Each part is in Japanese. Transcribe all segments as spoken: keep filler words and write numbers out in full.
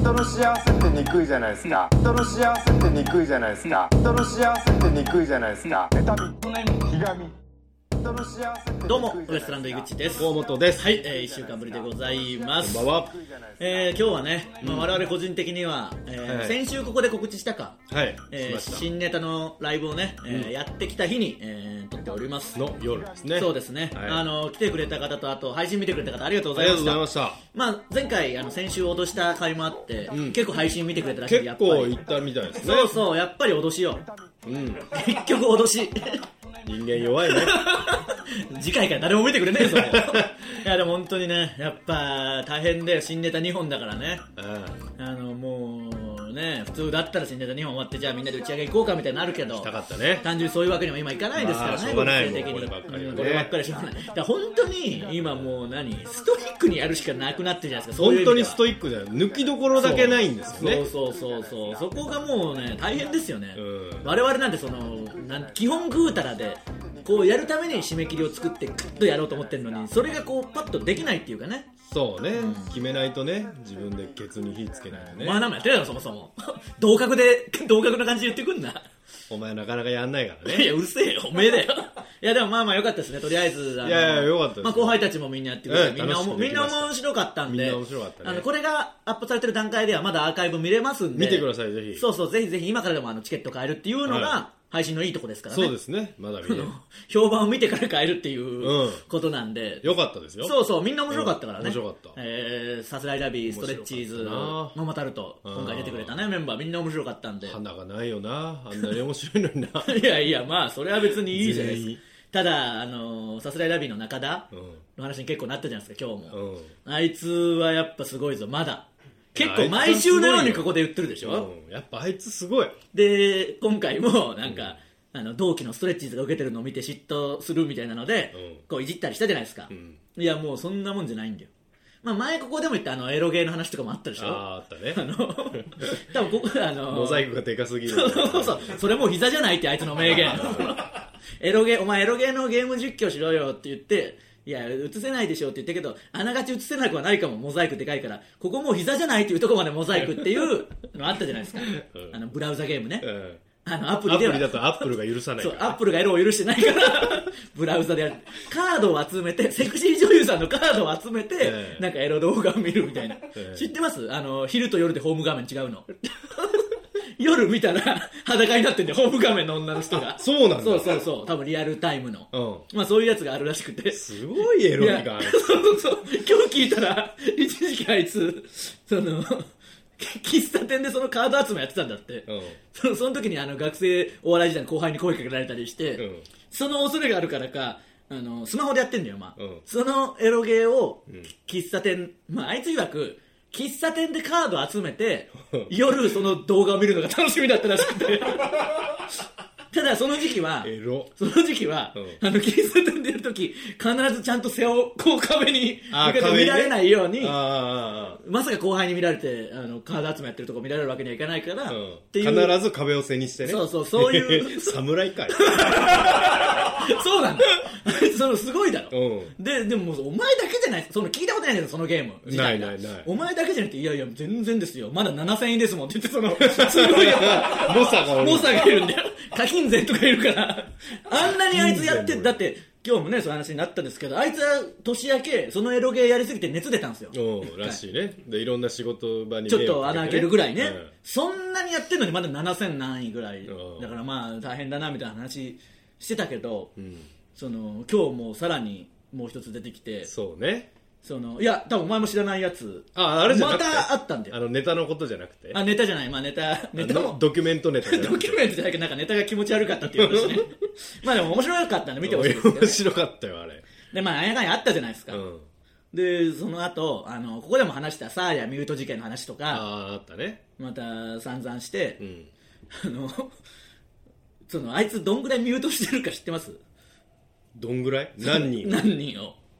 人の幸せってにくいじゃないですか。人の幸せってにくいじゃないですか。人の幸せってにくいじゃないですか。妬み、ひがみ。 どうもウエストランド井口です。 大本です。 はい、えー、いっしゅうかんぶりでございます。 こんばんは。 えー、今日はね、まあ、我々個人的には、えーはい、先週ここで告知したか、 はいえー、新ネタのライブをね、えーうん、やってきた日に、えー、撮っておりますの夜ですね。 そうですね、はい、あの来てくれた方とあと配信見てくれた方ありがとうございました。 ありがとうございました。 まあ、前回あの先週脅した回もあって、うん、結構配信見てくれたらしい。 結構いったみたいですね。 そうそう、やっぱり脅しよ、うん、結局脅し人間弱いね次回から誰も見てくれねえぞいやでも本当にね、やっぱ大変だよ。新ネタにほんだからね、うん、あのもうね、普通だったら新ネタにほん終わってじゃあみんなで打ち上げ行こうかみたいになるけど、 したかったね。 単純にそういうわけにも今いかないですからね、まあ、 しょうがない的にこればっかりはね、 こればっかりしょうがない。だから本当に今もう何ストイックにやるしかなくなってるじゃないですか。そういう本当にストイックだよ。抜きどころだけないんですよね。 そうそうそうそう、そこがもうね大変ですよね、うん、我々なんてそのなん基本グータラでこうやるために締め切りを作ってクッとやろうと思ってるのに、それがこうパッとできないっていうかね。 そうね、うん、決めないとね、自分でケツに火つけないとね。 お前何もやってないだろそもそも同格で同格な感じで言ってくんな。 お前なかなかやんないからね。 いやうるせえよおめえだよいやでもまあまあ良かったですね、とりあえず。あのいやいや良かったです、 まあ、後輩たちもみんなやってくれて、ええ、みんなみんな面白かったんで、 みんな面白かったね。 あのこれがアップされてる段階ではまだアーカイブ見れますんで見てくださいぜひ。 そうそう、ぜひぜひ今からでもあのチケット買えるっていうのが、はい、配信のいいとこですからね。 そうですね、まだ見れる評判を見てから買えるっていうことなんで、 うん、よかったですよ。 そうそう、みんな面白かったからね、 面白かった、 えー、さすらいラビー、ストレッチーズ、ママタルト、今回出てくれたねメンバーみんな面白かったんで。 花がないよな、あんなに面白いのにないやいや、まあそれは別にいいじゃないですか。ただ、あのー、さすらいラビーの中田の話に結構なったじゃないですか今日も、うん、あいつはやっぱすごいぞ、まだ結構毎週のようにここで言ってるでしょ、 うん、やっぱあいつすごい。 で今回もなんか、うん、あの同期のストレッチーズが受けてるのを見て嫉妬するみたいなので、うん、こういじったりしたじゃないですか、うん、いやもうそんなもんじゃないんだよ。まあ、前ここでも言ったあのエロゲーの話とかもあったでしょ。 ああ、あったね。 あの多分ここあのモザイクがでかすぎる。 そうそうそう、それもう膝じゃないってあいつの名言エロゲー、お前エロゲーのゲーム実況しろよって言って、いや映せないでしょって言ったけど、あながち映せなくはないかも、モザイクでかいから、ここもう膝じゃないっていうところまでモザイクっていうのあったじゃないですか、うん、あのブラウザゲームね、うん、あのアプリではアプリだとアップルが許さないから、 そうアップルがエロを許してないからブラウザでやる、カードを集めて、セクシー女優さんのカードを集めて、えー、なんかエロ動画を見るみたいな、えー、知ってます？あの昼と夜でホーム画面違うの夜見たら裸になってんで、ホーム画面の女の人が。 そうなんだ。 そうそうそう、多分リアルタイムの、うん、まあそういうやつがあるらしくて、 すごいエロいがある。 そうそうそう、今日聞いたら一時期あいつその喫茶店でそのカード集めやってたんだって、うん、そ, のその時にあの学生お笑い時代の後輩に声かけられたりして、うん、その恐れがあるからか、あのスマホでやってんだよ、まあ、うん、そのエロゲーを喫茶店、まあ、あいつ曰く喫茶店でカード集めて夜その動画を見るのが楽しみだったらしくてただその時期はエロその時期は、うん、あの喫茶店でやるとき必ずちゃんと背をこう壁に向けて見られないように、あまさか後輩に見られてあのカード集めやってるとこ見られるわけにはいかないから、うん、っていう必ず壁を背にしてね。 そうそう、そういう侍かいそうなんだそのすごいだろ、うん、で, でもお前だけじゃない、その聞いたことないんだけどそのゲーム自体がないないない、 お前だけじゃなくて、いやいや全然ですよ、まだななせんえんですもんって言って、そのすごいやっぱ猛者が猛者がいるんだよ、課金税とかいるからあんなにあいつやって、だって今日もねそういう話になったんですけど、あいつは年明けそのエロゲーやりすぎて熱出たんですよ。 おらしいね。でいろんな仕事場に、ね、 ちょっと穴開けるぐらいね、うん、そんなにやってるのにまだななせん何位ぐらいだから、まあ大変だなみたいな話してたけど、うん、その今日もさらにもう一つ出てきて、 そうね、 そのいや多分お前も知らないやつ、 ああれじゃなくてまたあったんだよ。 あのネタのことじゃなくて、 あネタじゃない、まあネタネタもドキュメントネタじゃなくてドキュメントじゃなくて、なんかネタが気持ち悪かったっていう話ねまあでも面白かったんで見てほしいですけど、ね、 面白かったよあれで、まああやかんやあったじゃないですか、うん、でその後あのここでも話したサーヤミュート事件の話とかあ, あったね、 また散々して、うん、あのそのあいつどんぐらいミュートしてるか知ってます？ どんぐらい？何人？ 何人を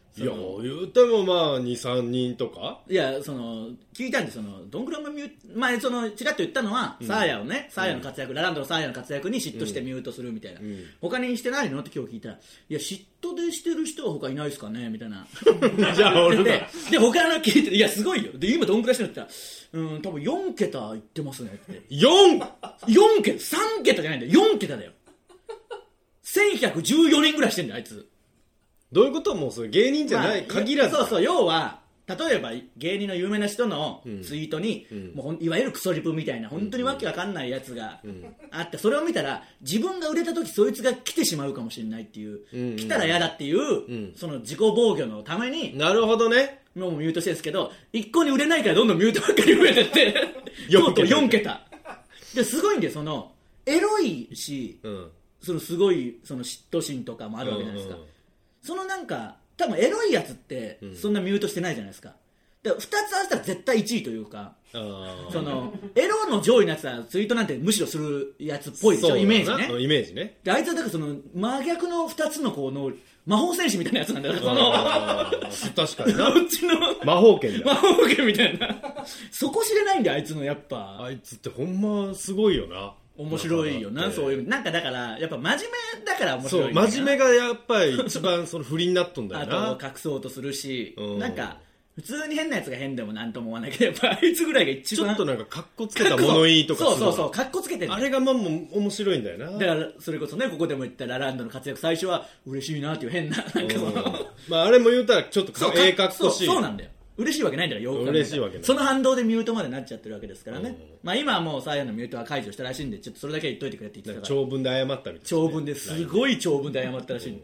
いや言うてもまあ にさんにんとか。 いやその聞いたんでそのどんぐらいもミュート前そのちらっと言ったのは、うん、サーヤをねサーヤの活躍、うん、ラランドのサーヤの活躍に嫉妬してミュートするみたいな、うん、他にしてないのって今日聞いたら、いや嫉妬でしてる人は他いないですかねみたいなじゃあ俺でで他の聞いていやすごいよで今どんぐらいしてるって言ったらうん多分よん桁いってますねって よん! よん桁さん桁じゃないんだよよん桁だよせんひゃくじゅうよにんぐらいしてんだよあいつ。 どういうこと？もうそれ芸人じゃない、まあ、限らず。 そうそう要は例えば芸人の有名な人のツイートに、うん、もういわゆるクソリプみたいな本当にわけわかんないやつがあって、それを見たら自分が売れた時そいつが来てしまうかもしれないっていう、うんうん、来たら嫌だっていう、うん、その自己防御のためになるほどねもうミュートしてるんですけど一向に売れないからどんどんミュートばっかり増えてってとうとうよん桁ですごいんでそのエロいし、うん、そのすごいその嫉妬心とかもあるわけじゃないですか、うんうん、そのなんか多分エロいやつってそんなミュートしてないじゃないですか。でふたつ合わせたら絶対いちいというか、そのエロの上位のやつはツイートなんてむしろするやつっぽいでしょイメージね。 イメージね。 であいつはだからその真逆のふたつのこの魔法戦士みたいなやつなんだからその確かになうちの魔法剣だ魔法剣みたいなそこ知れないんだよあいつのやっぱ。 あいつってほんますごいよな。 面白いよなそういうなんかだからやっぱ真面目だから面白い。 そう真面目がやっぱり一番その不利になっとんだよな。 あと隠そうとするし、うん、なんか普通に変なやつが変でもなんとも思わないけどやっぱあいつぐらいが一番ちょっとなんかカッコつけた物言いとかそうそうそうカッコつけてるあれがまあもう面白いんだよな。 だからそれこそねここでも言ったラランドの活躍最初は嬉しいなっていう変ななんかそのまああれも言うたらちょっとええかっこしい。 そうそうなんだよ嬉しいわけないんだよよく嬉しいわけない。 その反動でミュートまでなっちゃってるわけですからね、まあ、今はもうサーヤのミュートは解除したらしいんでちょっとそれだけ言っといてくれって言ってたから長文で謝ったみたいな、ね、 長文ですごい長文で謝ったらしいんで、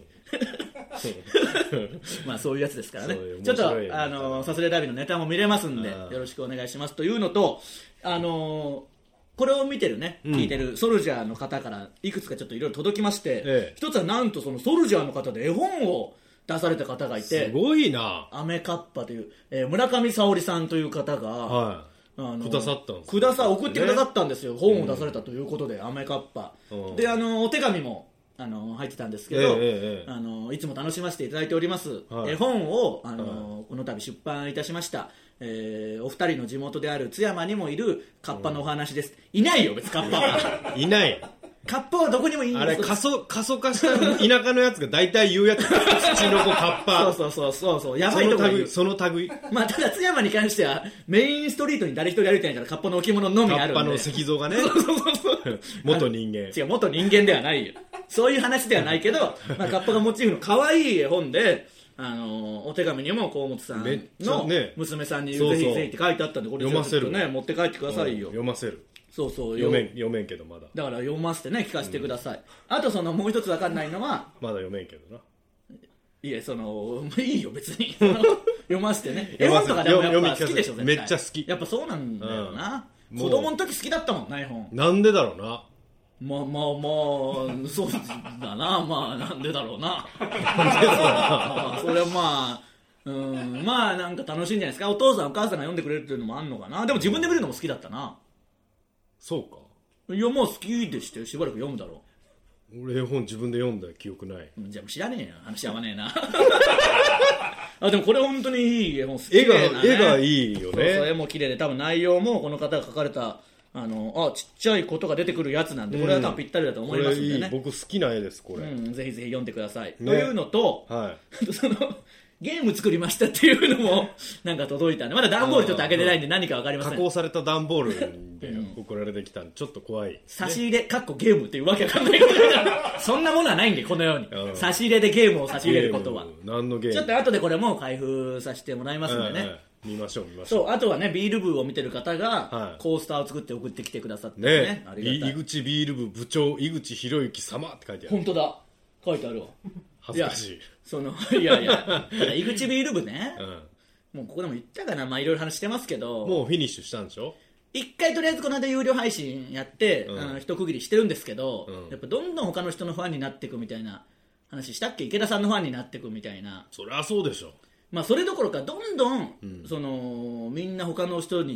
うん、まあそういうやつですからね。ちょっとあのサスレダビのネタも見れますんでよろしくお願いしますというのとあのこれを見てるね、聞いてるソルジャーの方からいくつかちょっといろいろ届きまして、ええ、一つはなんとそのソルジャーの方で絵本を出された方がいてすごいなアメカッパという、えー、村上沙織さんという方が、 はい、あのくださったんですくださ送ってくださったんですよ、ね、本を出されたということで、うん、アメカッパ、うん、であのお手紙もあの入ってたんですけど、えーえー、あのいつも楽しませていただいております、はい、絵本をあの、はい、この度出版いたしました、えー、お二人の地元である津山にもいるカッパのお話です、うん、いないよ別にカッパはいないカッパはどこにもいいんです。 あれ過疎過疎化した田舎のやつが大体言うやつ土の子カッパそうそうそうそうやばいとこが言うその類まあただ津山に関してはメインストリートに誰一人歩いてないからカッパの置物のみあるんでカッパの石像がねそうそうそうそう元人間違う元人間ではないよそういう話ではないけど、まあ、カッパがモチーフの可愛い絵本であのー、お手紙にも河本さんの娘さんにぜひぜひって書いてあったんでこれちょっとね持って帰ってくださいよ。 読ませるそうそう読めん読めんけどまだだから読ませてね聞かせてください、うん、あとそのもう一つ分かんないのはまだ読めんけどないやそのいいよ別に読ませてね絵本とかでもやっぱ好きでしょ絶対めっちゃ好きやっぱそうなんだよな、うん、子供の時好きだったもんな絵本なんでだろうなまあまあまあそうだなまあなんでだろうななんでだろうなそれはまあうんまあなんか楽しいんじゃないですかお父さんお母さんが読んでくれるっていうのもあんのかなでも自分で見るのも好きだったなそうかいやもう好きでしてしばらく読むだろう俺絵本自分で読んだ記憶ない、 じゃあ知らねえよ話合わねえなあでもこれ本当にいい絵本好き絵が、ね、絵がいいよねそうそう絵も綺麗で多分内容もこの方が書かれたあのあちっちゃいことが出てくるやつなんでこれは多分ぴったりだと思いますんでね、うん、 これいい僕好きな絵ですこれ、 うん、ぜひぜひ読んでください、ね、というのと、 はい、 そのゲーム作りましたっていうのもなんか届いたんでまだ段ボールちょっと開けてないんで何か分かりません加工された段ボールで送られてきたんでちょっと怖い、ね、 差し入れかっこゲームっていうわけわかんないそんなものはないんでこのように、うん、差し入れでゲームを差し入れることは何のゲームちょっと後でこれも開封させてもらいますんでね、 ええ、見ましょう見ましょうそうあとはねビール部を見てる方が、はい、コースターを作って送ってきてくださってね、 ねありがたい井口ビール部部長井口博之様って書いてある本当だ書いてあるわ恥ずかしいそのいやいやただ井口ビール部ね、うん、もうここでも言ったかなまあいろいろ話してますけどもうフィニッシュしたんでしょ一回とりあえずこの間有料配信やって、うん、あの一区切りしてるんですけど、うん、やっぱどんどん他の人のファンになっていくみたいな話したっけ池田さんのファンになっていくみたいなそりゃそうでしょまあそれどころかどんどん、うん、そのみんな他の人に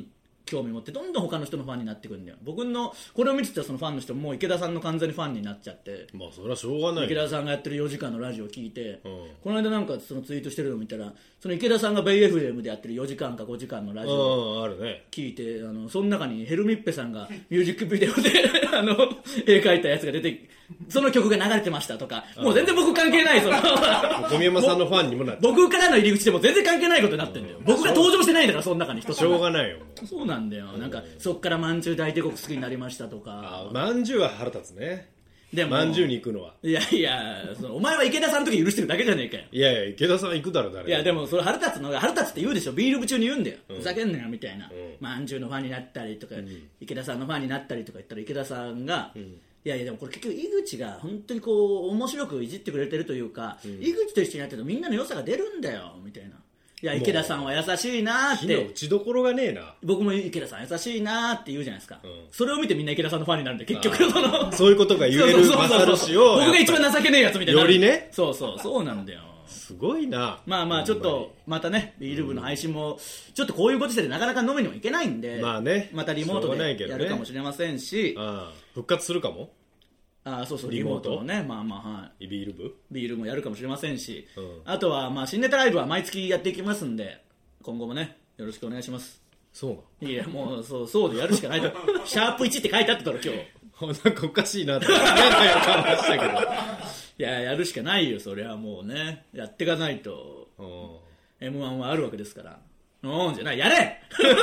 興味持ってどんどん他の人のファンになってくるんだよ。僕のこれを見てたそのファンの人ももう池田さんの完全にファンになっちゃって、 まあそれはしょうがない。 池田さんがやってるよじかんのラジオを聞いて、 うん、 この間なんかそのツイートしてるのを見たら、その池田さんがベイ エフエム でやってるよじかんかごじかんのラジオを聞いて、あのその中にヘルミッペさんがミュージックビデオであの絵描いたやつが出て、その曲が流れてましたとか、もう全然僕関係ないその小宮山さんのファンにもなって僕からの入り口でも全然関係ないことになってんだよ、うん、僕が登場してないんだからその中に一つしょうがないよ。 そうなんだよ、なんかそっからまんじゅう大帝国好きになりましたとか。 まんじゅうは腹立つね。でもまんじゅうに行くのは、 いやいや、そのお前は池田さんの時許してるだけじゃねえかよ。 いやいや、池田さん行くだろ誰。 いやでもそれ腹立つのが、腹立つって言うでしょ、ビール部中に言うんだよ、 うん、 ふざけんなよみたいな、 うん、 まんじゅうのファンになったりとか、うん、池田さんのファンになったりとか言ったら池田さんが、うん、いやいやでもこれ結局井口が本当にこう面白くいじってくれてるというか、うん、井口と一緒にやってるとみんなの良さが出るんだよみたいな。いや池田さんは優しいなーって、 火の打ちどころがねえな。 僕も池田さん優しいなーって言うじゃないですか、うん、それを見てみんな池田さんのファンになるんで、結局そのそういうことが言えるマサル氏を僕が一番情けねえやつみたいな、 よりね、 そうそうそうなんだよ。 すごいな。 まあまあちょっとまたねビール部の配信もちょっとこういうご時世でなかなか飲みにも行けないんで、 まあね、 またリモートでやるかもしれませんし、 ああ復活するかも。 あそうそうリモートをね、まあまあはい、 ビール部ビールもやるかもしれませんし、 うん、 あとはまあ新ネタライブは毎月やっていきますんで、今後もねよろしくお願いします。 そうなの？ いやもうそうそうでやるしかないとシャープいちって書いてあったから今日なんかおかしいなって何回か感じましたけどいややるしかないよ、それはもうねやっていかないと。 エムワン はあるわけですから。うんじゃない、やれ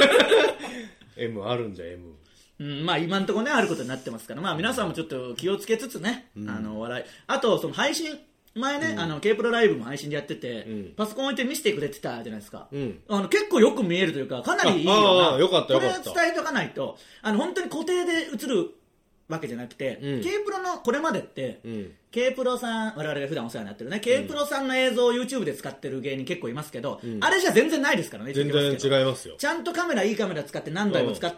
M あるんじゃ M、 うん、まあ今のところねあることになってますから、まあ皆さんもちょっと気をつけつつね、うん、あの笑い、あとその配信前ね、うん、あの K プロライブも配信でやってて、うん、パソコン置いて見せてくれてたじゃないですか、うん、あの結構よく見えるというかかなりいいような。 よかったよかった。 これ伝えとかないと、あの本当に固定で映るわけじゃなくて、うん、K プロのこれまでって、うん、K プロさん、我々が普段お世話になってるね、うん、K プロさんの映像を YouTube で使ってる芸人結構いますけど、うん、あれじゃ全然ないですからね。 全然違いますよ。 ちゃんとカメラいいカメラ使って何台も使って、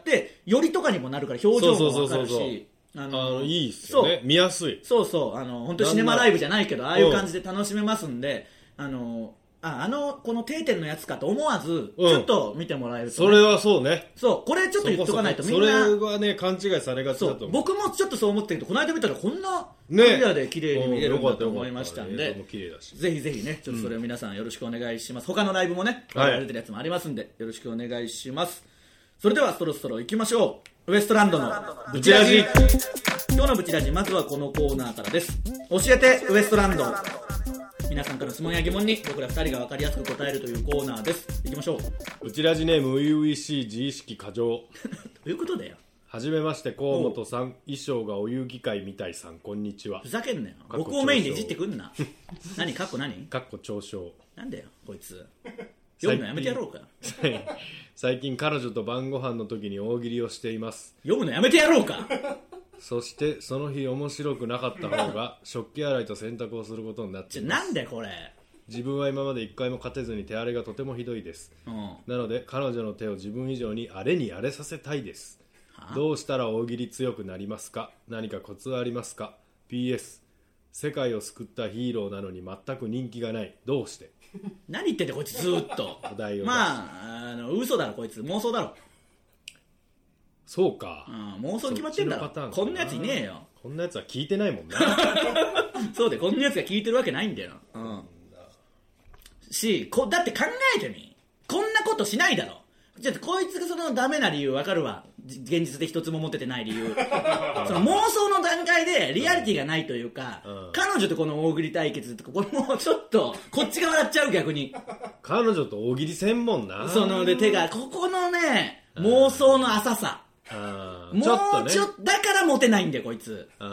うん、よりとかにもなるから表情も分かるし、 あのあのいいっすよね、見やすい。 そうそう、あの本当シネマライブじゃないけどああいう感じで楽しめますんで、あのああのこの定点のやつかと思わず、うん、ちょっと見てもらえると、ね、 それはそうね。 そうこれちょっと言っとかないとみんなそれはね勘違いされがちだと思う。 僕もちょっとそう思ってるけど、この間見たらこんなクリアで綺麗に見れるんだと思いましたんで、ぜひぜひねちょっとそれを皆さんよろしくお願いします、うん、他のライブもね出てるやつもありますんで、よろしくお願いします。それではそろそろ行きましょう。ウエストランドのブチラジ。今日のブチラジ、まずはこのコーナーからです。教えてウエストランド。皆さんからの質問や疑問に僕らふたりが分かりやすく答えるというコーナーです。いきましょう。 ブチラジネーム初々しい自意識過剰どういうことだよ。 はじめまして、河本さん。衣装がお遊戯会みたいさん、こんにちは。 ふざけんなよ、僕をメインでいじってくんな何かっこ何かっこ嘲笑。 なんだよこいつ、読むのやめてやろうか最近彼女と晩ご飯の時に大喜利をしています。 読むのやめてやろうかそしてその日面白くなかった方が食器洗いと洗濯をすることになっています。 なんでこれ。 自分は今まで一回も勝てずに手荒れがとてもひどいです、うん、なので彼女の手を自分以上に荒れに荒れさせたいです。どうしたら大喜利強くなりますか？何かコツはありますか？ ピーエス 世界を救ったヒーローなのに全く人気がない。どうして？ 何言ってんだこいつずっとまあ、あの嘘だろこいつ、妄想だろ。 そうか、 うん、妄想決まってんだろ。こんなやついねえよ。 こんなやつは聞いてないもんなそうで、こんなやつが聞いてるわけないんだよ、うん、しこだって考えてみ、こんなことしないだろ。ちょっとこいつがそのダメな理由分かるわ。現実で一つも持っててない理由その妄想の段階でリアリティがないというか、うん、彼女とこの大喜利対決とか、これもうちょっとこっちが笑っちゃう。逆に彼女と大喜利専門な、 そので手がここのね妄想の浅さ、もうちょっと、ね、ちょだからモテないんだよこいつ。うん、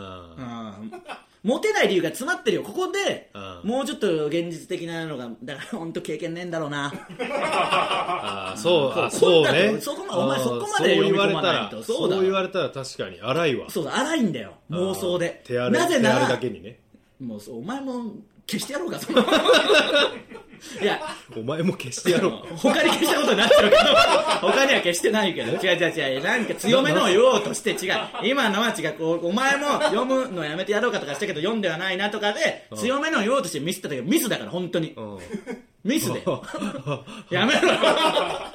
モテない理由が詰まってるよここで。もうちょっと現実的なのが、だから本当経験ねえんだろうなあそうあそうね。 そこまお前そこまで読み込まないと。 そう言われたら確かに荒いわ。 そうだ、荒いんだよ妄想で。 手荒れなぜなら手荒れだけにね。 もうそうお前も消してやろうかそのいやお前も消してやろう他に消したことになっちゃうけど他には消してないけど、違う違う違う、なんか強めのを言おうとして違う、今のは違う、こうお前も読むのやめてやろうかとかしたけど読んではないなとかで強めのを言おうとしてミスったけどミスだから本当にミスでやめろ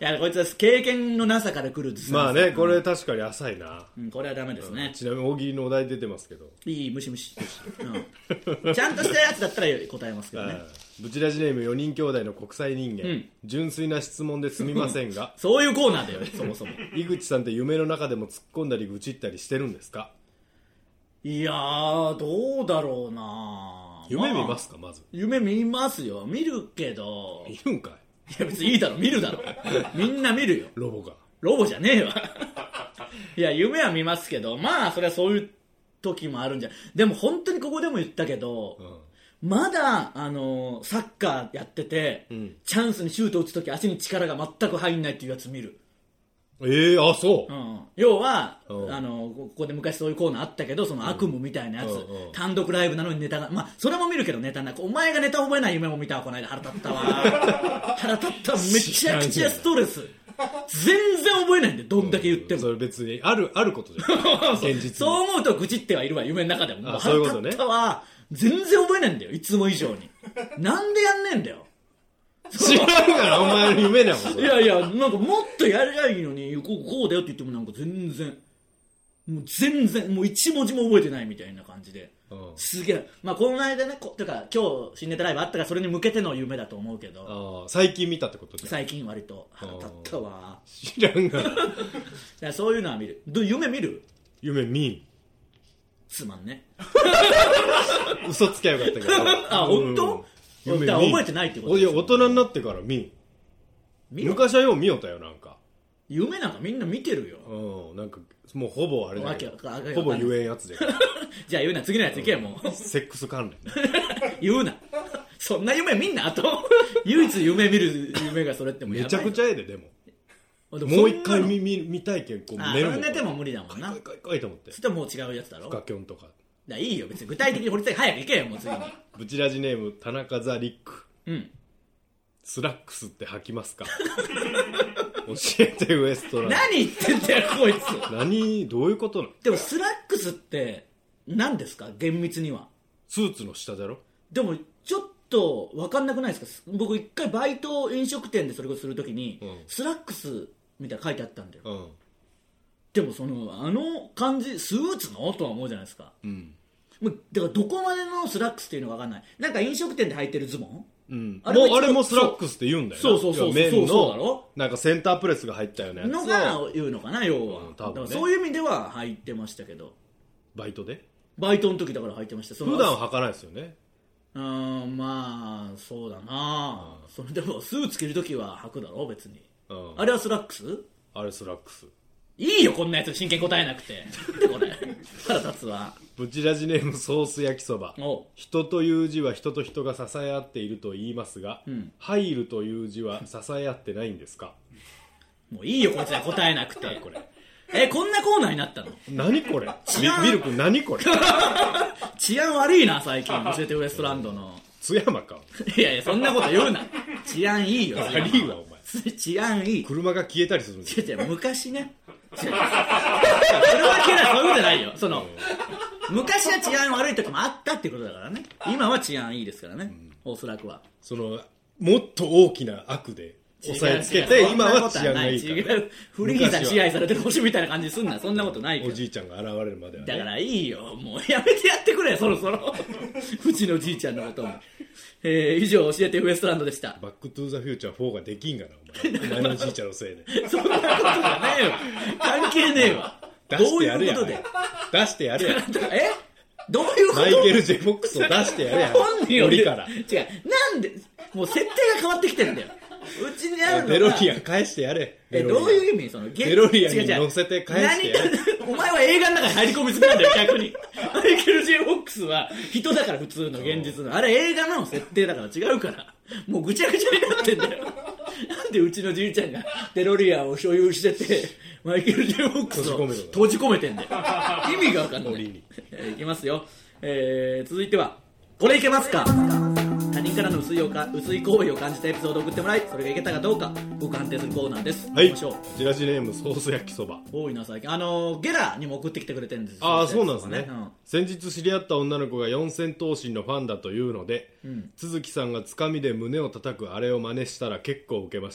やこいつは経験のなさから来るずさんまあねこれ確かに浅いな、 うん、これはダメですね、 うん、ちなみに大喜利のお題出てますけどいいムシムシ、うん、ちゃんとしたやつだったら答えますけどねブチラジネームよにん兄弟の国際人間、うん、純粋な質問ですみませんがそういうコーナーだよそもそも井口さんって夢の中でも突っ込んだり愚痴ったりしてるんですか？ いやーどうだろうな夢見ますか、まず。 夢見ますよ。見るけど見るんかい。いや別にいいだろ、見るだろみんな見るよ。 ロボがロボじゃねえわいや夢は見ますけど、まあそれはそういう時もあるんじゃ。でも本当にここでも言ったけど、うん、まだあのサッカーやってて、うん、チャンスにシュート打つ時足に力が全く入んないっていうやつ見る。 ええー、あ、そう、 うん、要は、うん、あのここで昔そういうコーナーあったけど、その悪夢みたいなやつ、うんうんうん、単独ライブなのにネタが、まあそれも見るけどネタなく、お前がネタ覚えない夢も見たわこの間。腹立ったわ腹立ったわ。めちゃくちゃストレス。全然覚えないんで、どんだけ言っても、うん、 それ別にあるあることじゃん現実そう思うと愚痴ってはいるわ、夢の中でも。もう腹立ったわ、全然覚えないんだよ、いつも以上に。なんでやんねえんだよ知らんからお前の夢だもん。 いやいや、なんかもっとやりゃいいのに、こう、こうだよって言ってもなんか全然もう全然もう一文字も覚えてないみたいな感じで、うん、すげえ。まあこの間ね、ことか今日新ネタライブあったからそれに向けての夢だと思うけど、 あ最近見たってことじゃん。 最近割と腹立ったわ。 知らんがなそういうのは見る。ど夢見る？ 夢見ん。 つまんね嘘つきゃよかったけどあ、本当？夢だ覚えてないってこと？ いや大人になってから見ん。昔はよう見よったよ。なんか夢なんかみんな見てるよ。 うん、なんかもうほぼあれだけどほぼ言えんやつでじゃあ言うな、次のやついけよ。もうセックス関連言うなそんな夢見んな。あと唯一夢見る夢がそれってもうやばい。 めちゃくちゃええで。でももう一回 見, 見, 見たいけんこう寝るもん。寝ても無理だもんな。 かいかいかいと思って。 そしたらもう違うやつだろ。 フカキョンとか。 だいいよ別に具体的に掘りたい。早く行けよもう次に。 ブチラジネーム田中ザリック。 うん。 スラックスって履きますか教えてウエストランド。 何言ってんだよこいつ。 何どういうことなの？ でもスラックスって何ですか厳密には。 スーツの下だろ。 でもちょっと分かんなくないですか。僕一回バイト飲食店でそれをするときに、うん、スラックスみたいな書いてあったんだよ、うん、でもそのあの感じスーツのとは思うじゃないですか、うん、だからどこまでのスラックスっていうのか分かんない。なんか飲食店で履いてるズボン、うん、あれ も, もあれもスラックスって言うんだよな。そうそうそうそうそうそうだろ。なんかセンタープレスが入ったようなやつのが言うのかな要は、うん多分ね、だからそういう意味では履いてましたけど。バイトでバイトの時だから履いてました。その普段は履かないですよね。うーんまあそうだな、うん、それでもスーツ着る時は履くだろ別に、うん、あれはスラックス。あれスラックス。いいよこんなやつ真剣答えなくてこれ腹立つわ。ブチラジネームソース焼きそば。人という字は人と人が支え合っていると言いますが、うん、入るという字は支え合ってないんですか？もういいよこいつら答えなくてこれえこんなコーナーになったの？何これミルク何これ治安悪いな最近教えてウエストランドの津山か。いやいやそんなこと言うな。治安いいよ。悪いわお前。治安いい。車が消えたりするんですよ。違う違う昔ねそれは消えない。そういうことじゃないよ。その昔は治安悪い時もあったっていうことだからね。今は治安いいですからね、うん、おそらくはそのもっと大きな悪で押さえつけて今は治安がいいから、ね、違うフリーザに支配されてる星みたいな感じすんな。そんなことないから。おじいちゃんが現れるまでは、ね、だからいいよもうやめてやってくれそろそろうちのじいちゃんのことも、えー、以上教えてウエストランドでした。バックトゥーザフューチャーフォーができんがなお前お前のじいちゃんのせいでそんなことじゃねえよ関係ねえわ出してやれや。どういうことで出してやれやえどういうこと？マイケル・ジェ・フォックスを出してやれや本人よりから違うなんでもう設定が変わってきてるんだよ。うちにあるのがデロリアン返してやれ。えどういう意味そのデロリアンに乗せて返してやれ。お前は映画の中に入り込みすぎなんだよ逆にマイケル・ジェ・フォックスは人だから普通の現実のあれ映画の設定だから違うからもうぐちゃぐちゃになってんだよなんでうちのじいちゃんがデロリアンを所有しててマイケル・ジェ・フォックスを閉じ込めてんだよ意味が分かんない。いきますよ、えー、続いてはこれいけますか。他人からの薄いか薄い行為を感じたエピソードを送ってもらいそれがいけたかどうか僕判定するコーナーです。はい。チラシネームソース焼きそば。多いな最近。あのゲラにも送ってきてくれてるんですよ。ああそうなんですね、うん、先日知り合った女の子が四千頭身のファンだというので、うん、都築さんがつかみで胸を叩くあれを真似したら結構ウケました。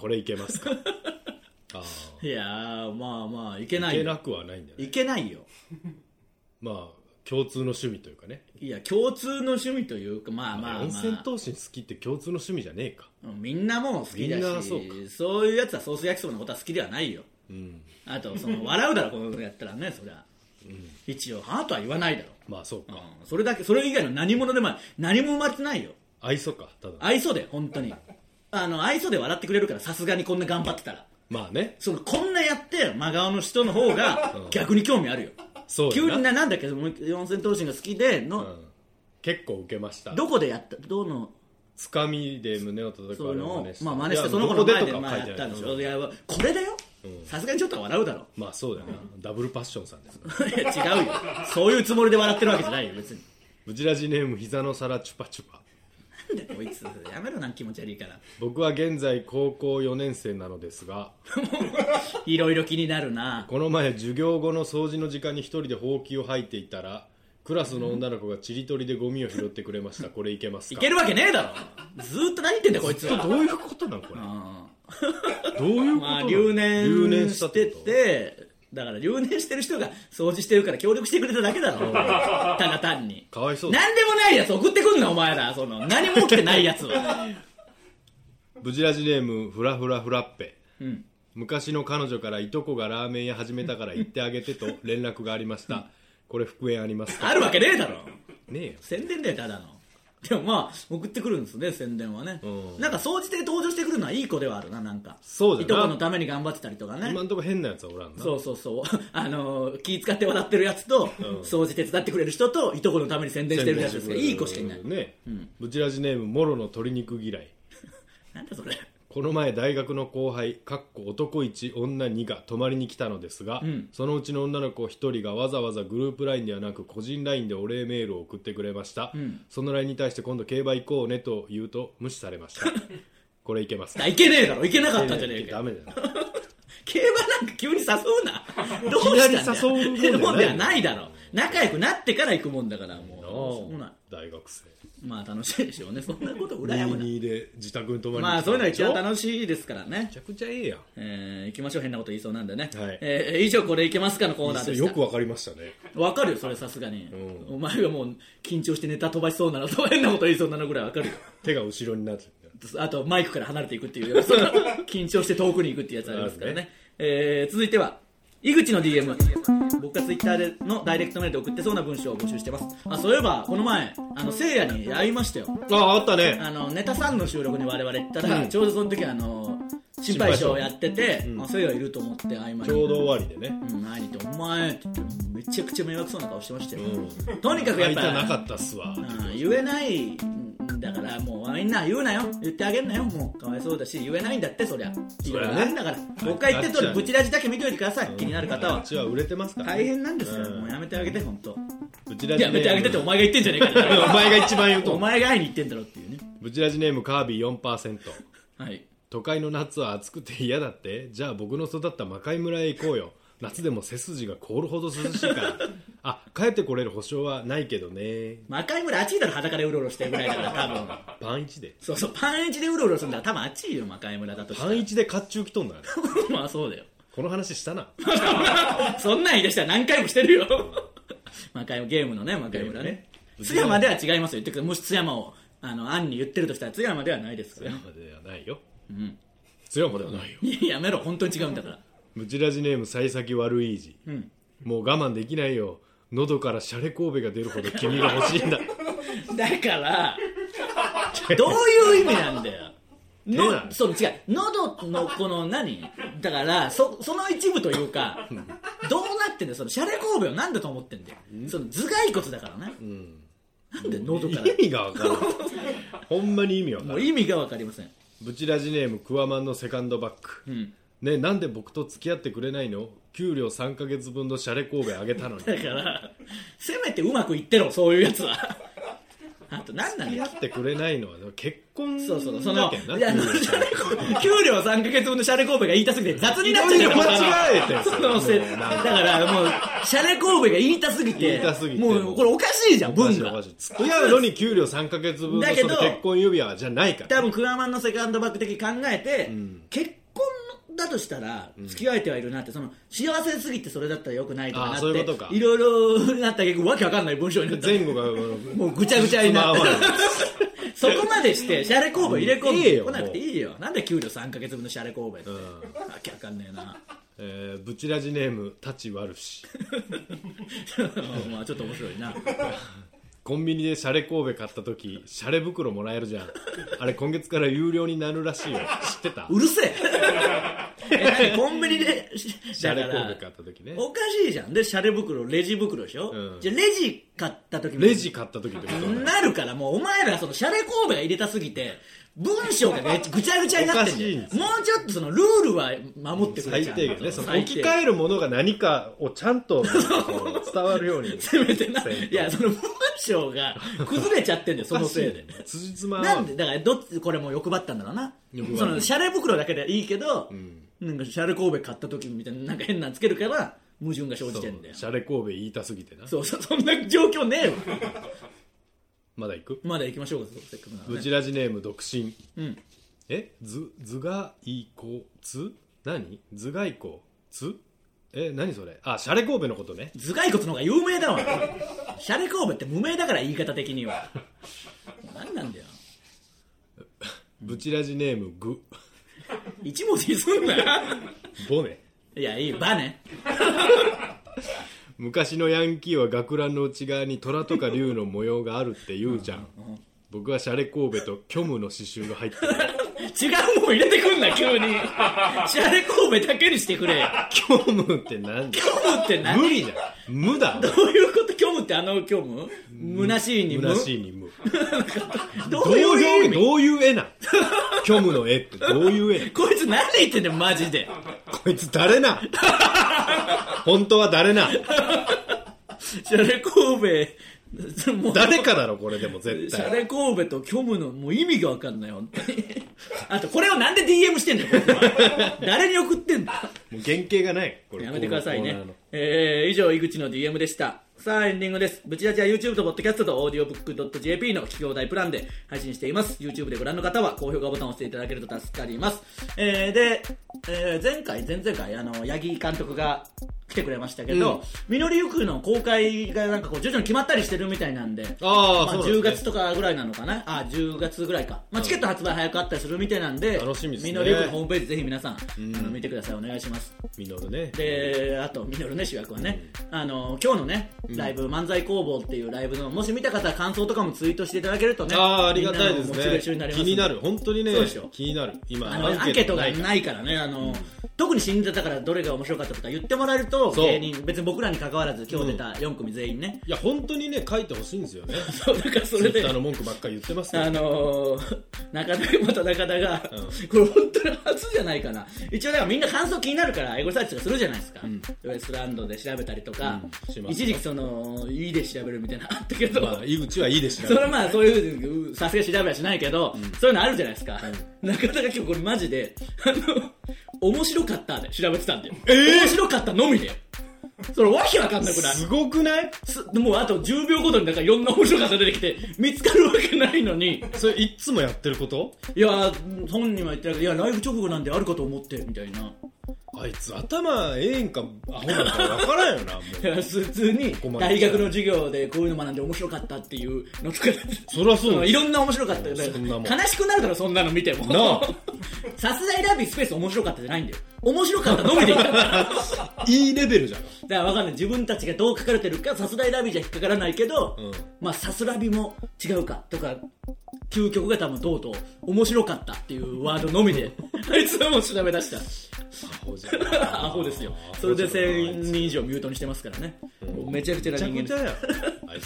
これいけますかあいやーまあまあいけないよ。 いけなくはないんだよね。 いけないよまあ共通の趣味というかね。 いや共通の趣味というかまあまあまあ、 四千頭身好きって共通の趣味じゃねえか。 みんなも好きだし、 みんなそうか、 そういうやつはソース焼きそばのことは好きではないよ、 うん、 あとその笑うだろこのやったらねそりゃ、うん、一応はぁとは言わないだろ。 まあそうか、 うん、それだけそれ以外の何者でも何も生まれてないよ。 愛想かただ愛想で本当にあの愛想で笑ってくれるからさすがにこんな頑張ってたらまあねそのこんなやって真顔の人の方が逆に興味あるよ、うん、 そう急にななんだっけ四千頭身が好きでの、うん、 結構受けました。 どこでやったどのつかみで胸を叩くあれを真似して、 まあ、真似してその子の前で前やったんでしょ。いやこれだよさすがにちょっと笑うだろ。 まあそうだよな、ダブルパッションさんですいや違うよそういうつもりで笑ってるわけじゃないよ別に。 ブチラジネーム膝の皿チュパチュパ。 なんでこいつやめろなん気持ち悪いから。 僕は現在高校よねん生なのですがいろいろ気になるな。この前授業後の掃除の時間に一人でほうきを吐いていたらクラスの女の子がちりとりでゴミを拾ってくれました。これいけますか。 いけるわけねえだろずーっと何言ってんだよこいつは。 どういうことなのこれどういうことなの。まあ留年しててだから留年してる人が掃除してるから協力してくれただけだろただ単に。 かわいそうだ。なんでもないやつ送ってくんなお前らその何も起きてないやつはブチラジネームフラフラフラッペ、 うん、 昔の彼女からいとこがラーメン屋始めたから行ってあげてと連絡がありましたこれ復縁ありますか。 あるわけねえだろ。 ねえよ宣伝だよただの。でもまあ送ってくるんですね宣伝はね、うん、なんか総じて登場してくるのはいい子ではあるな。なんかそうだな、 いとこのために頑張ってたりとかね。 今んとこ変なやつはおらんな。 そうそうそうあの気使って笑ってるやつと、うん、掃除手伝ってくれる人といとこのために宣伝してるやつですけどいい子しかいないね、 うん、 ブチラジネームモロの鶏肉嫌いなんだそれ。 この前大学の後輩かっこ男いち女にが泊まりに来たのですが、うん、そのうちの女の子ひとりがわざわざグループ ライン ではなく個人 ライン でお礼メールを送ってくれました、うん、その ライン に対して今度競馬行こうねと言うと無視されましたこれいけますか。 いけねえだろいけなかったんじゃねえか。 ダメだよ競馬なんか急に誘うなどうしたんだよ。いきなり誘うもんではないだろ。仲良くなってから行くもんだからもうそんな大学生まあ楽しいでしょうね。そんなこと羨むな。 にじゅうにで自宅に泊まりに来た。 まあそういうのが一番楽しいですからね。 めちゃくちゃええやん、 えー、行きましょう。変なこと言いそうなんでね、 はいえー、以上これいけますかのコーナーでした。 よくわかりましたね。 わかるよそれさすがに、うん、お前がもう緊張してネタ飛ばしそうなのと変なこと言いそうなのぐらいわかるよ手が後ろになってあとマイクから離れていくっていう緊張して遠くに行くっていうやつありますからね、えー、続いては井口の ディーエム 僕がツイッターでのダイレクトメールで送ってそうな文章を募集してます。あそういえばこの前あのせいやに会いましたよ。 あああったね。 あのネタさんの収録に我々行ったら、うん、ちょうどその時あの心配性をやってて、うん、あせいやいると思って会いました。 ちょうど終わりでね、 うん、会いに行ってお前って言ってめちゃくちゃ迷惑そうな顔してましたよ、うん、とにかくやっぱ会いたなかったっすわ、 うん、言えないだからもうみんな言うなよ言ってあげんなよもうかわいそうだし言えないんだってそりゃいろいろあるんだから、僕が言ってる通りブチラジだけ見ておいてください、うん、気になる方は。 あっちは売れてますから、ね、 大変なんですよ、うん、もうやめてあげて本当。 ブチラジやめてあげてってお前が言ってんじゃねえかお前が一番言うとお前が会いに行ってんだろっていうね。 ブチラジネームカービィ よんパーセントはい都会の夏は暑くて嫌だって。じゃあ僕の育った魔界村へ行こうよ。夏でも背筋が凍るほど涼しいからあ帰ってこれる保証はないけどね。 魔界村暑いだろ裸でうろうろしてるぐらいだから多分パンイチでそうそうパンイチでうろうろするんだから多分暑いよ魔界村だとしたら。 パンイチで甲冑着とんだまあそうだよこの話したなそんなん言い出したら何回もしてるよ魔界ゲームのね魔界村ね。津山では違いますよ言ってくれ。もし津山をあの杏に言ってるとしたら津山ではないですから、ね、 津山ではないよ、 うん、 津山ではないよ。 いややめろ本当に違うんだから。 ブチラジネーム幸先悪い字、うん、もう我慢できないよ。喉からシャレ神戸が出るほど君が欲しいんだだからどういう意味なんだよのその違う喉のこの何だからそ, その一部というかどうなってんだよそのシャレ神戸を何だと思ってんだよ。その頭蓋骨だからね、うん、なんで喉から意味が分からないほんまに意味分からない。 もう意味が分かりません。 ブチラジネームクワマンのセカンドバッグ、うんね、なんで僕と付き合ってくれないの。給料さんかげつぶんのシャレ神戸あげたのにだからせめてうまくいってろそういうやつはあと何なんだよ。 付き合ってくれないのは結婚そうそうそのだけんな。 いやあのシャレ神戸給料さんかげつぶんのシャレ神戸が言いたすぎて雑になっちゃうよ。 間違えてんすよそのせだからもうシャレ神戸が言いたすぎて言いたすぎてもうこれおかしいじゃん文が。 付き合うのに給料さんかげつぶんのその結婚指輪じゃないから。 多分クワマンのセカンドバック的に考えて、うん、結婚だとしたら付き合えてはいるなって、その幸せすぎてそれだったらよくないとかなって、いろいろなった結構わけわかんない文章になった前後がもうぐちゃぐちゃになってそこまでしてシャレ神戸入れ込んでこなくていいよ。なんで給料さんかげつぶんのシャレ神戸って、うん、わけわかんねえな。 えー、ブチラジネームタチワルシまあちょっと面白いな。 コンビニでシャレ神戸買った時シャレ袋もらえるじゃん。あれ今月から有料になるらしいよ。知ってた？ うるせええ何コンビニでシャレ神戸買った時ね。 おかしいじゃん。でシャレ袋レジ袋でしょ、うん、じゃあレジ買った時レジ買った時ってことなるから、もうお前らそのシャレ神戸が入れたすぎて文章がねぐちゃぐちゃになってんで、もうちょっとそのルールは守ってくれちゃう。 最低限ね、その置き換えるものが何かをちゃんと伝わるようにせめてな。いやその文章が崩れちゃってんだよそのせいで。 辻褄はなんでだからどっちこれも欲張ったんだろうな。そのシャレ袋だけでいいけど、うん、なんかシャレ神戸買った時みたいななんか変なのつけるから矛盾が生じてんだよ。 シャレ神戸言いたすぎてな。 そうそう、そんな状況ねえわまだ行く？ まだ行きましょうか。せっかくならね。 ブチラジネーム独身、 うん、 えず図がいいこつ何頭蓋骨つえ何それ。あシャレ神戸のことね。 頭蓋骨の方が有名だわシャレ神戸って無名だから言い方的には何なんだよ。 ブチラジネームグ一文字にすんなボネ。 いやいいバネ昔のヤンキーは学ランの内側に虎とか竜の模様があるって言うじゃん、うんうん、僕はシャレ神戸と虚無の刺繍が入ってる違うもん入れてくんな急にシャレ神戸だけにしてくれよ。 虚無って何？ 虚無って何？ 無理じゃん。無だ。 どういうこと？虚無ってあの虚無？虚しいに無？ 虚しいに無どういう意味？ どういう絵なん虚無の絵ってどういう絵こいつ何言ってんだよマジで。 こいつ誰なん本当は誰なんシャレ神戸誰かだろこれ。でも絶対シャレ神戸と虚無のもう意味が分かんない本当にあとこれをなんで ディーエム してんだよ誰に送ってんだ。 もう原型がないこれ。 やめてくださいね。えー、以上井口の ディーエム でした。さあエンディングです。ブチラジは YouTube と Podcast と オーディオブックドットジェーピー の聞き放題プランで配信しています。 YouTube でご覧の方は高評価ボタンを押していただけると助かります。えー、で、えー、前回前々回あの八木監督が来てくれましたけど、みのりゆくの公開がなんかこう徐々に決まったりしてるみたいなんで、 あ、 まあ、じゅうがつとかぐらいなのかな。あじゅうがつぐらいか、まあ、チケット発売早くあったりするみたいなんで、 楽しみですね。 みのりゆくのホームページぜひ皆さん、うん、あの見てください。お願いします。 みのるね。 であとみのるね主役はね、うん、あの今日のねライブ、うん、漫才工房っていうライブのもし見た方は感想とかもツイートしていただけるとね、 あありがたいですね。 になります。 気になる本当にね。気になる。今あのアンケートがないからね、あの、うん、特に死んでたからどれが面白かったとか言ってもらえると、芸人別に僕らに関わらず今日出たよん組全員ね、 うん、いや本当にね書いてほしいんですよねそうだからそれであの文句ばっかり言ってますけど、 あのー、中田また中田が、うん、これ本当に初じゃないかな。一応だからみんな感想気になるからエゴサーチとかするじゃないですか、うん、ウエストランドで調べたりとか、うん、一時期そのいいで調べるみたいなのあったけど、 まあ、井口はいいで調べるそれはまあそういうさすが調べはしないけど、うん、そういうのあるじゃないですか、うん、中田が今日これマジであの面白かったで調べてたんだよ、えー、面白かったのみでそれわけわかんなくない？ すごくない？ もうあとじゅうびょうごとになんかいろんな面白かった出てきて見つかるわけないのに。 それいっつもやってること？ いや本人は言ってるけど、いやライブ直後なんであるかと思ってみたいな。 あいつ頭ええんかアホなんか分からんよなもう。 いや普通に大学の授業でこういうの学んで面白かったっていうのとかそりゃそういろんな面白かったよね。悲しくなるだろそんなの見てもな。さすがにラビースペース面白かったじゃないんだよ。面白かったのみでいいからいいレベルじゃん。だから分かんない自分たちがどう書かれてるかさすらいラビーじゃ引っかからないけど、うん、まあさすらびも違うかとか究極が多分どうと面白かったっていうワードのみであいつはもう調べ出したアホじゃんアホですよ。それでせんにん以上ミュートにしてますからね、うん、めちゃくちゃな人間です。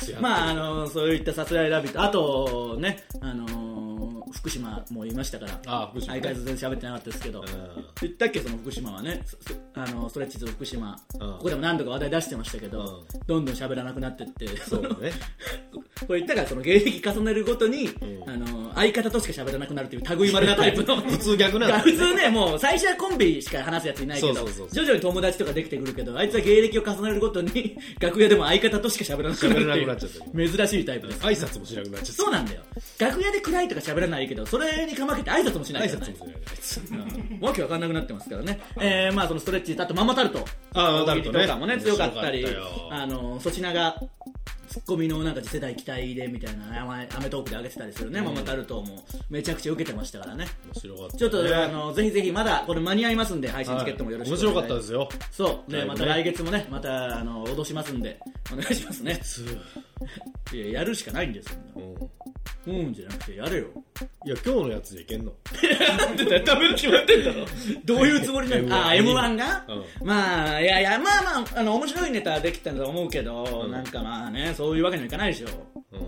まああのそういったさすらいラビーとあとねあの福島もいましたから、 あ福島、ね、 相変わらず全然喋ってなかったですけど、言ったっけその福島はね、あのストレッチーズ福島、ここでも何度か話題出してましたけど、どんどん喋らなくなってって、そうねこれ言ったからその芸歴重ねるごとに、うん、あの相方としか喋らなくなるという類まれなタイプの普通逆なんだ、ね、 普通ねもう最初はコンビしか話すやついないけど、そうそうそうそう、徐々に友達とかできてくるけど、あいつは芸歴を重ねるごとに楽屋でも相方としか喋らなくなるっていう珍しいタイプです。 挨拶もしなくなっちゃった。 そうなんだよ、楽屋で暗いとか喋らないけど、それにかまけて挨拶もしないから、ね、 挨拶もしない、 うん、わけわかんなくなってますからね。えー、まあそのストレッチとあとママタルト、 あタルト、ね、 とかもね強かったり、あの粗品がツッコミのなんか次世代期待でみたいなアメトークで上げてたりするね、うん、ママタルトもめちゃくちゃ受けてましたからね。 面白かった、ね、 ちょっとあのぜひぜひまだこれ間に合いますんで配信チケットもよろしくお願いします。 面白かったですよ。 そうね、また来月もねまたあの脅しますんでお願いしますね。いややるしかないんですよ。うん、うんじゃなくてやれよ。 いや今日のやつでいけんのなんでだよ、ダメに決まってんだろどういうつもりなのあ エムワン が、うん、まあいやいやまあまああの面白いネタできたんだと思うけど、うん、なんかまあねそういうわけにはいかないでしょ。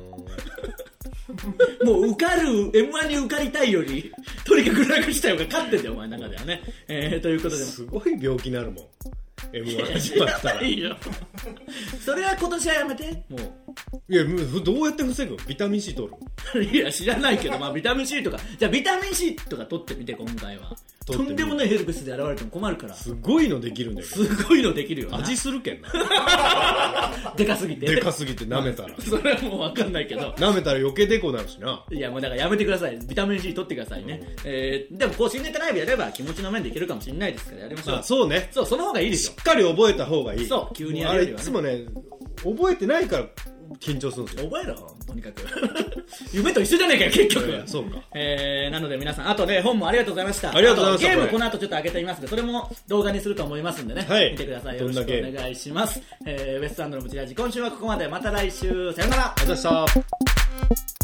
うんもう受かる エムワン に受かりたいよりとにかく楽したい方が勝ってんだよお前の中ではね、えー、ということですごい病気になるもんエムワン 始まったら。いいよそれは今年はやめてもう。 いやどうやって防ぐ？ビタミン C 取る？ いや知らないけど、まあ、ビタミン C とかじゃあビタミン C とか取ってみて今回は。とんでもないヘルペスで現れても困るから。 すごいのできるんだけど。 すごいのできるよな。 味するけんなでかすぎてでかすぎて舐めたらそれはもう分かんないけど舐めたら余計デコなるしな。 いやもうだからやめてください。ビタミン C 取ってくださいね、うんえー、でもこう新ネタライブやれば気持ちの面でいけるかもしれないですからやりましょう。 あそうね。 そうその方がいいですよ。 しっかり覚えた方がいい。 そう急にやるよりは、ね、 あれいつもね覚えてないから緊張するんですよ。 覚えろとにかく夢と一緒じゃねえかよ結局、 えー、そうか、 えー、なので皆さんあとね本もありがとうございました。 ありがとうございました。 ゲームこの後ちょっと上げてみますのでそれも動画にすると思いますんでね、はい、見てください。よろしくお願いします。えー、ウエストランドのブチラジ今週はここまで。また来週さよなら。 ありがとうございました。